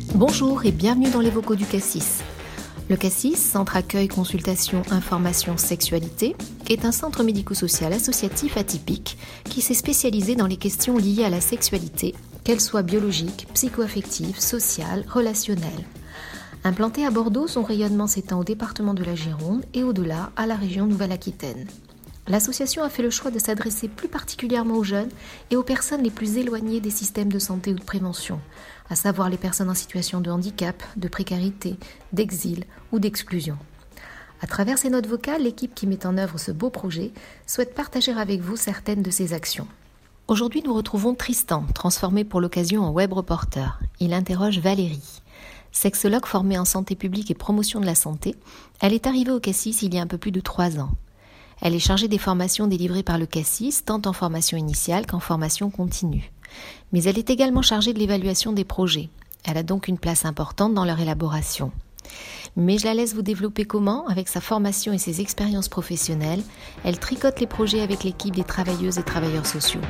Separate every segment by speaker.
Speaker 1: Bonjour et bienvenue dans les vocaux du Cassis. Le Cassis, Centre Accueil, Consultation, Information, Sexualité, est un centre médico-social associatif atypique qui s'est spécialisé dans les questions liées à la sexualité, qu'elles soient biologiques, psycho-affectives, sociales, relationnelles. Implanté à Bordeaux, son rayonnement s'étend au département de la Gironde et au-delà à la région Nouvelle-Aquitaine. L'association a fait le choix de s'adresser plus particulièrement aux jeunes et aux personnes les plus éloignées des systèmes de santé ou de prévention, à savoir les personnes en situation de handicap, de précarité, d'exil ou d'exclusion. À travers ces notes vocales, l'équipe qui met en œuvre ce beau projet souhaite partager avec vous certaines de ses actions. Aujourd'hui, nous retrouvons Tristan, transformé pour l'occasion en web reporter. Il interroge Valérie. Sexologue formée en santé publique et promotion de la santé, elle est arrivée au Cassis il y a un peu plus de 3 ans. Elle est chargée des formations délivrées par le Cassis, tant en formation initiale qu'en formation continue. Mais elle est également chargée de l'évaluation des projets. Elle a donc une place importante dans leur élaboration. Mais je la laisse vous développer comment, avec sa formation et ses expériences professionnelles, elle tricote les projets avec l'équipe des travailleuses et travailleurs sociaux.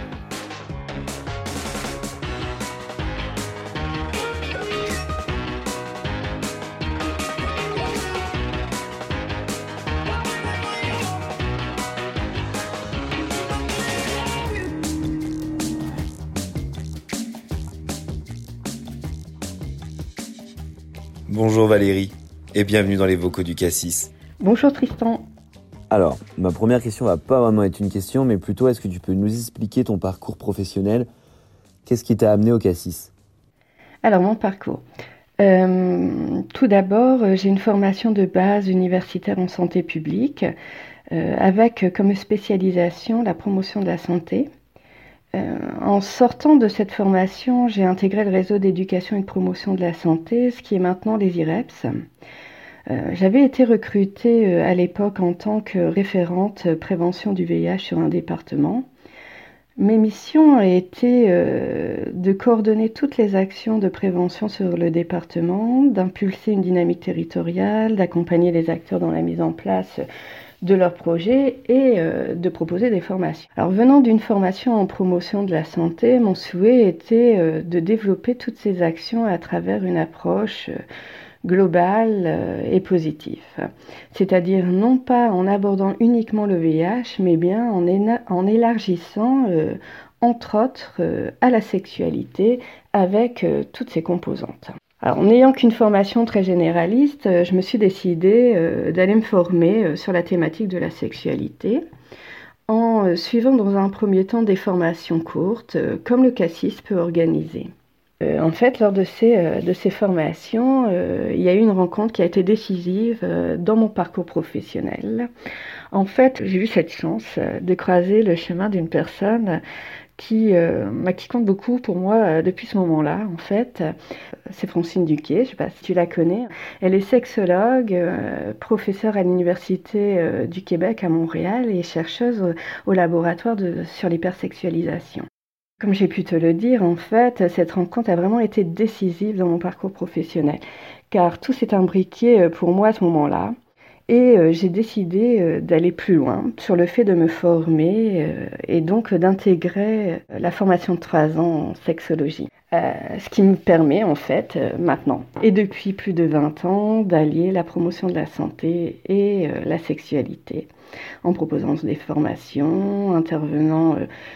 Speaker 2: Bonjour Valérie, et bienvenue dans les vocaux du Cassis.
Speaker 3: Bonjour Tristan.
Speaker 4: Alors, ma première question va pas vraiment être une question, mais plutôt est-ce que tu peux nous expliquer ton parcours professionnel ? Qu'est-ce qui t'a amené au Cassis ?
Speaker 3: Alors mon parcours. Tout d'abord, j'ai une formation de base universitaire en santé publique, avec comme spécialisation la promotion de la santé. En sortant de cette formation, j'ai intégré le réseau d'éducation et de promotion de la santé, ce qui est maintenant les IREPS. J'avais été recrutée à l'époque en tant que référente prévention du VIH sur un département. Mes missions ont été de coordonner toutes les actions de prévention sur le département, d'impulser une dynamique territoriale, d'accompagner les acteurs dans la mise en place de leurs projets et de proposer des formations. Alors venant d'une formation en promotion de la santé, mon souhait était de développer toutes ces actions à travers une approche globale et positive. C'est-à-dire non pas en abordant uniquement le VIH, mais bien en élargissant entre autres à la sexualité avec toutes ses composantes. Alors, en n'ayant qu'une formation très généraliste, je me suis décidée d'aller me former sur la thématique de la sexualité en suivant dans un premier temps des formations courtes, comme le Cassis peut organiser. En fait, lors de ces formations, il y a eu une rencontre qui a été décisive dans mon parcours professionnel. En fait, j'ai eu cette chance de croiser le chemin d'une personne qui compte beaucoup pour moi depuis ce moment-là, en fait. C'est Francine Duquet, je ne sais pas si tu la connais. Elle est sexologue, professeure à l'Université du Québec à Montréal et chercheuse au laboratoire sur l'hypersexualisation. Comme j'ai pu te le dire, en fait, cette rencontre a vraiment été décisive dans mon parcours professionnel, car tout s'est imbriqué pour moi à ce moment-là. Et j'ai décidé d'aller plus loin sur le fait de me former et donc d'intégrer la formation de 3 ans en sexologie. Ce qui me permet en fait maintenant, et depuis plus de 20 ans, d'allier la promotion de la santé et la sexualité en proposant des formations, intervenant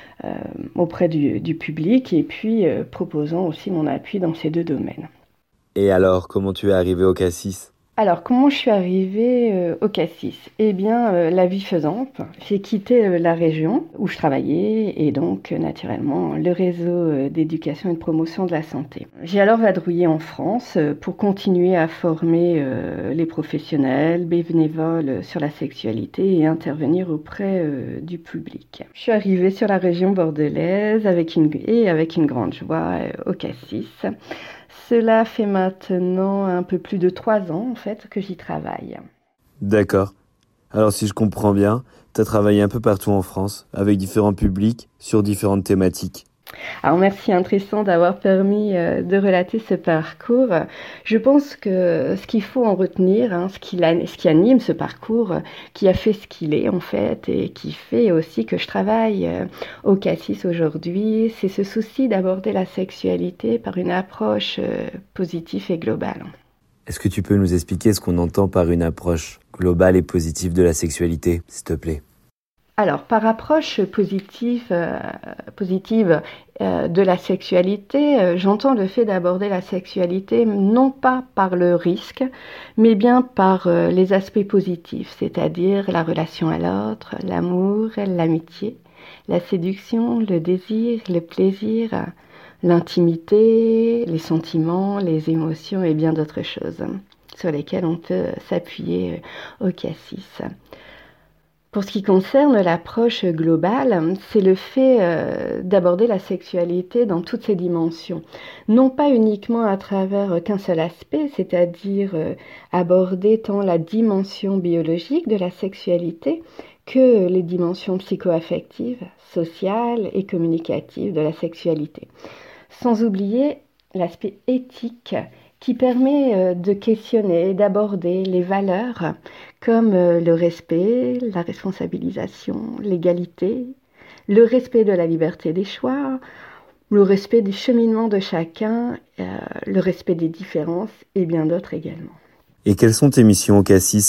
Speaker 3: auprès du public et puis proposant aussi mon appui dans ces 2 domaines.
Speaker 4: Et alors, comment tu es arrivée au Cassis ?
Speaker 3: Alors, comment je suis arrivée au Cassis ? Eh bien, la vie faisante, j'ai quitté la région où je travaillais et donc, naturellement, le réseau d'éducation et de promotion de la santé. J'ai alors vadrouillé en France pour continuer à former les professionnels, bénévoles sur la sexualité et intervenir auprès du public. Je suis arrivée sur la région bordelaise avec une grande joie au Cassis. Cela fait maintenant un peu plus de 3 ans, en fait, que j'y travaille.
Speaker 4: D'accord. Alors, si je comprends bien, tu as travaillé un peu partout en France, avec différents publics, sur différentes thématiques.
Speaker 3: Alors merci Tristan d'avoir permis de relater ce parcours. Je pense que ce qu'il faut en retenir, ce qui anime ce parcours, qui a fait ce qu'il est en fait et qui fait aussi que je travaille au Cassis aujourd'hui, c'est ce souci d'aborder la sexualité par une approche positive et globale.
Speaker 4: Est-ce que tu peux nous expliquer ce qu'on entend par une approche globale et positive de la sexualité, s'il te plaît ?
Speaker 3: Alors, par approche positive de la sexualité, j'entends le fait d'aborder la sexualité non pas par le risque, mais bien par les aspects positifs, c'est-à-dire la relation à l'autre, l'amour, l'amitié, la séduction, le désir, le plaisir, l'intimité, les sentiments, les émotions et bien d'autres choses sur lesquelles on peut s'appuyer au Cassis. Pour ce qui concerne l'approche globale, c'est le fait d'aborder la sexualité dans toutes ses dimensions. Non pas uniquement à travers qu'un seul aspect, c'est-à-dire aborder tant la dimension biologique de la sexualité que les dimensions psycho-affectives, sociales et communicatives de la sexualité. Sans oublier l'aspect éthique qui permet de questionner et d'aborder les valeurs comme le respect, la responsabilisation, l'égalité, le respect de la liberté des choix, le respect du cheminement de chacun, le respect des différences et bien d'autres également.
Speaker 4: Et quelles sont tes missions au Cassis ?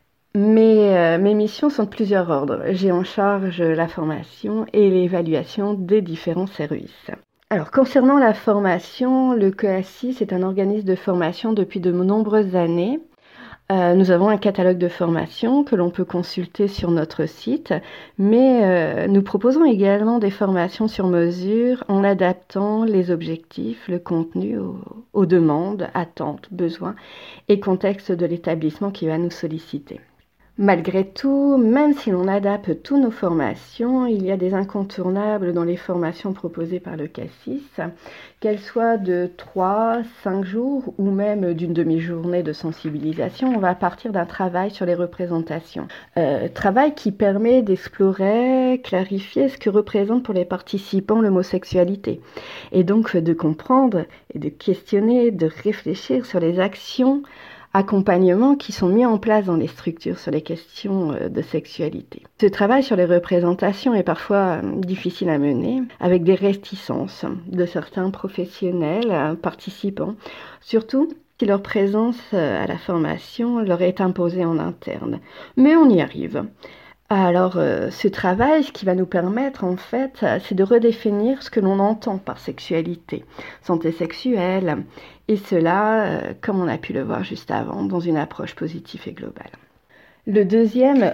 Speaker 3: Mes missions sont de plusieurs ordres. J'ai en charge la formation et l'évaluation des différents services. Alors, concernant la formation, le Cassis est un organisme de formation depuis de nombreuses années. Nous avons un catalogue de formation que l'on peut consulter sur notre site, mais nous proposons également des formations sur mesure en adaptant les objectifs, le contenu aux demandes, attentes, besoins et contexte de l'établissement qui va nous solliciter. Malgré tout, même si l'on adapte toutes nos formations, il y a des incontournables dans les formations proposées par le Cassis, qu'elles soient de 3, 5 jours ou même d'une demi-journée de sensibilisation. On va partir d'un travail sur les représentations. Travail qui permet d'explorer, clarifier ce que représente pour les participants l'homosexualité. Et donc de comprendre et de questionner, de réfléchir sur les actions accompagnements qui sont mis en place dans les structures sur les questions de sexualité. Ce travail sur les représentations est parfois difficile à mener, avec des réticences de certains professionnels participants, surtout si leur présence à la formation leur est imposée en interne. Mais on y arrive. Alors, ce travail, ce qui va nous permettre, en fait, c'est de redéfinir ce que l'on entend par sexualité, santé sexuelle, et cela, comme on a pu le voir juste avant, dans une approche positive et globale. Le deuxième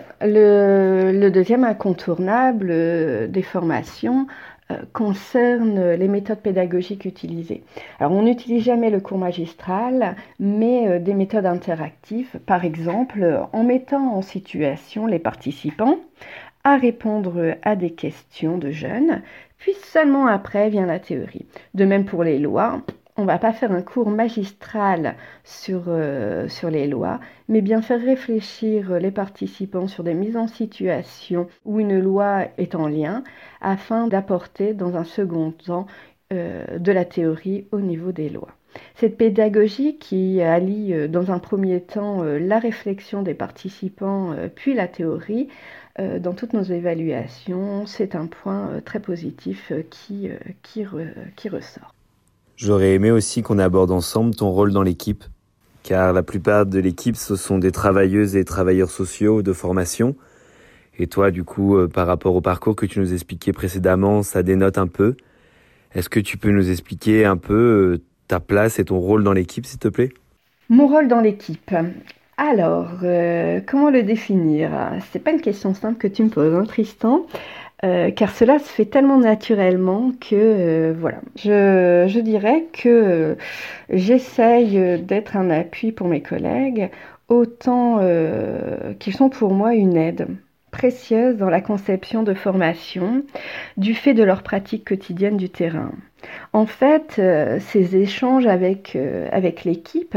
Speaker 3: incontournable des formations concerne les méthodes pédagogiques utilisées. Alors, on n'utilise jamais le cours magistral, mais des méthodes interactives, par exemple en mettant en situation les participants à répondre à des questions de jeunes, puis seulement après vient la théorie. De même pour les lois. On ne va pas faire un cours magistral sur les lois, mais bien faire réfléchir les participants sur des mises en situation où une loi est en lien, afin d'apporter dans un second temps de la théorie au niveau des lois. Cette pédagogie qui allie dans un premier temps la réflexion des participants puis la théorie, dans toutes nos évaluations, c'est un point très positif qui ressort.
Speaker 4: J'aurais aimé aussi qu'on aborde ensemble ton rôle dans l'équipe, car la plupart de l'équipe, ce sont des travailleuses et travailleurs sociaux de formation. Et toi, du coup, par rapport au parcours que tu nous expliquais précédemment, ça dénote un peu. Est-ce que tu peux nous expliquer un peu ta place et ton rôle dans l'équipe, s'il te plaît ?
Speaker 3: Mon rôle dans l'équipe. Alors, comment le définir ? C'est pas une question simple que tu me poses, Tristan. Car cela se fait tellement naturellement que voilà. Je dirais que j'essaye d'être un appui pour mes collègues autant qu'ils sont pour moi une aide précieuse dans la conception de formation du fait de leur pratique quotidienne du terrain. En fait, ces échanges avec l'équipe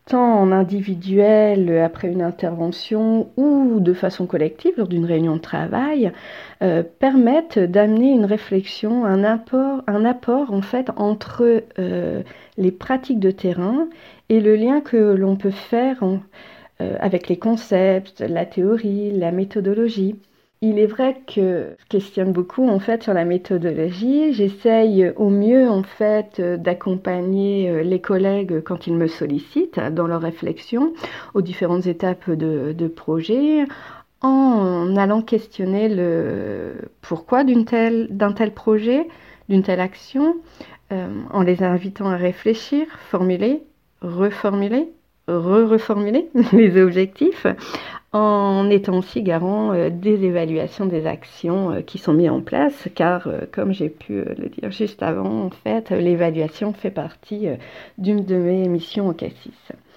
Speaker 3: tant en individuel après une intervention ou de façon collective lors d'une réunion de travail, permettent d'amener une réflexion, un apport en fait entre les pratiques de terrain et le lien que l'on peut faire avec les concepts, la théorie, la méthodologie. Il est vrai que je questionne beaucoup en fait sur la méthodologie. J'essaye au mieux en fait d'accompagner les collègues quand ils me sollicitent dans leur réflexion aux différentes étapes de projet, en allant questionner le pourquoi d'un tel projet, d'une telle action, en les invitant à réfléchir, formuler, reformuler, reformuler les objectifs, en étant aussi garant des évaluations des actions qui sont mises en place, car comme j'ai pu le dire juste avant, en fait, l'évaluation fait partie d'une de mes missions au CASSIS.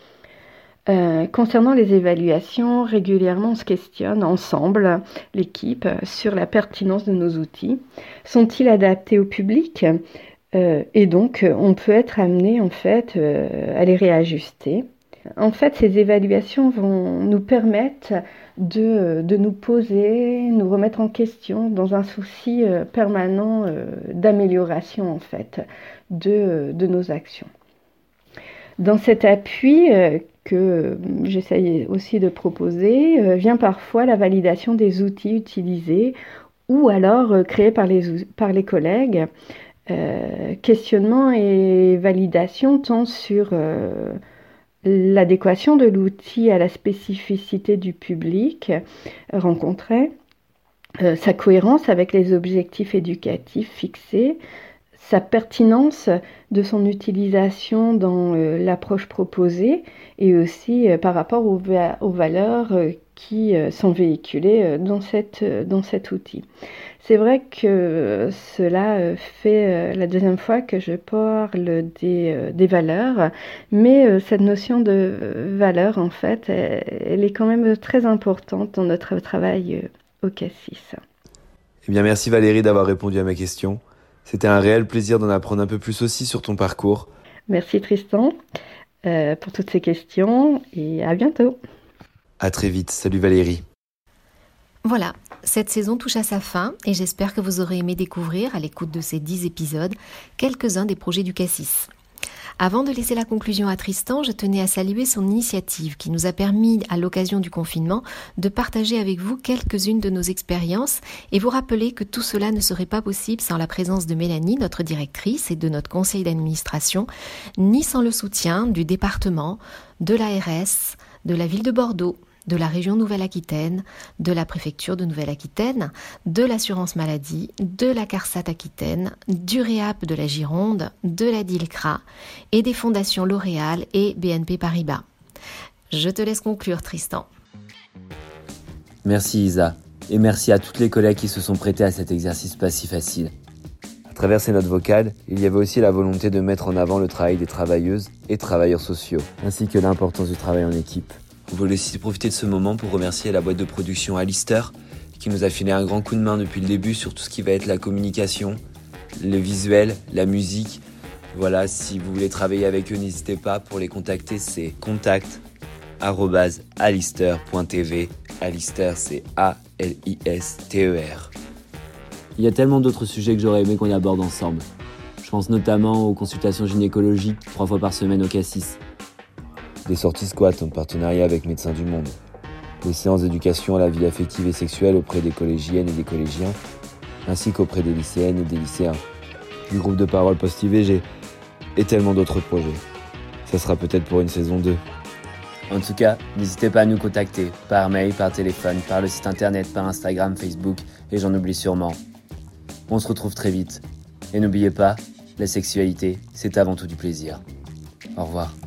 Speaker 3: Concernant les évaluations, régulièrement on se questionne ensemble, l'équipe, sur la pertinence de nos outils. Sont-ils adaptés au public ? Et donc on peut être amené en fait à les réajuster. En fait, ces évaluations vont nous permettre de nous poser, nous remettre en question dans un souci permanent d'amélioration en fait de nos actions. Dans cet appui que j'essaye aussi de proposer, vient parfois la validation des outils utilisés ou alors créés par les collègues. Questionnement et validation tant sur l'adéquation de l'outil à la spécificité du public rencontré, sa cohérence avec les objectifs éducatifs fixés, sa pertinence de son utilisation dans l'approche proposée et aussi par rapport aux valeurs qui sont véhiculées dans cet outil. C'est vrai que cela fait la deuxième fois que je parle des valeurs, mais cette notion de valeur, en fait, elle est quand même très importante dans notre travail au CASSIS.
Speaker 2: Eh bien, merci Valérie d'avoir répondu à ma question. C'était un réel plaisir d'en apprendre un peu plus aussi sur ton parcours.
Speaker 3: Merci Tristan pour toutes ces questions et à bientôt.
Speaker 2: À très vite. Salut Valérie.
Speaker 1: Voilà, cette saison touche à sa fin et j'espère que vous aurez aimé découvrir, à l'écoute de ces 10 épisodes, quelques-uns des projets du CASSIS. Avant de laisser la conclusion à Tristan, je tenais à saluer son initiative qui nous a permis, à l'occasion du confinement, de partager avec vous quelques-unes de nos expériences et vous rappeler que tout cela ne serait pas possible sans la présence de Mélanie, notre directrice, et de notre conseil d'administration, ni sans le soutien du département, de l'ARS, de la ville de Bordeaux, de la région Nouvelle-Aquitaine, de la préfecture de Nouvelle-Aquitaine, de l'assurance maladie, de la CARSAT Aquitaine, du REAP de la Gironde, de la DILCRA et des fondations L'Oréal et BNP Paribas. Je te laisse conclure, Tristan.
Speaker 4: Merci Isa, et merci à toutes les collègues qui se sont prêtées à cet exercice pas si facile.
Speaker 2: À travers ces notes vocales, il y avait aussi la volonté de mettre en avant le travail des travailleuses et travailleurs sociaux,
Speaker 4: ainsi que l'importance du travail en équipe.
Speaker 2: On voulait aussi profiter de ce moment pour remercier la boîte de production Alistair qui nous a filé un grand coup de main depuis le début sur tout ce qui va être la communication, le visuel, la musique. Voilà, si vous voulez travailler avec eux, n'hésitez pas. Pour les contacter, c'est contact@alistair.tv. Alistair, c'est A-L-I-S-T-E-R.
Speaker 4: Il y a tellement d'autres sujets que j'aurais aimé qu'on aborde ensemble. Je pense notamment aux consultations gynécologiques 3 fois par semaine au CASSIS.
Speaker 2: Des sorties squat en partenariat avec Médecins du Monde. Des séances d'éducation à la vie affective et sexuelle auprès des collégiennes et des collégiens, ainsi qu'auprès des lycéennes et des lycéens. Du groupe de parole post-IVG et tellement d'autres projets. Ça sera peut-être pour une saison 2.
Speaker 4: En tout cas, n'hésitez pas à nous contacter par mail, par téléphone, par le site internet, par Instagram, Facebook et j'en oublie sûrement. On se retrouve très vite. Et n'oubliez pas, la sexualité, c'est avant tout du plaisir. Au revoir.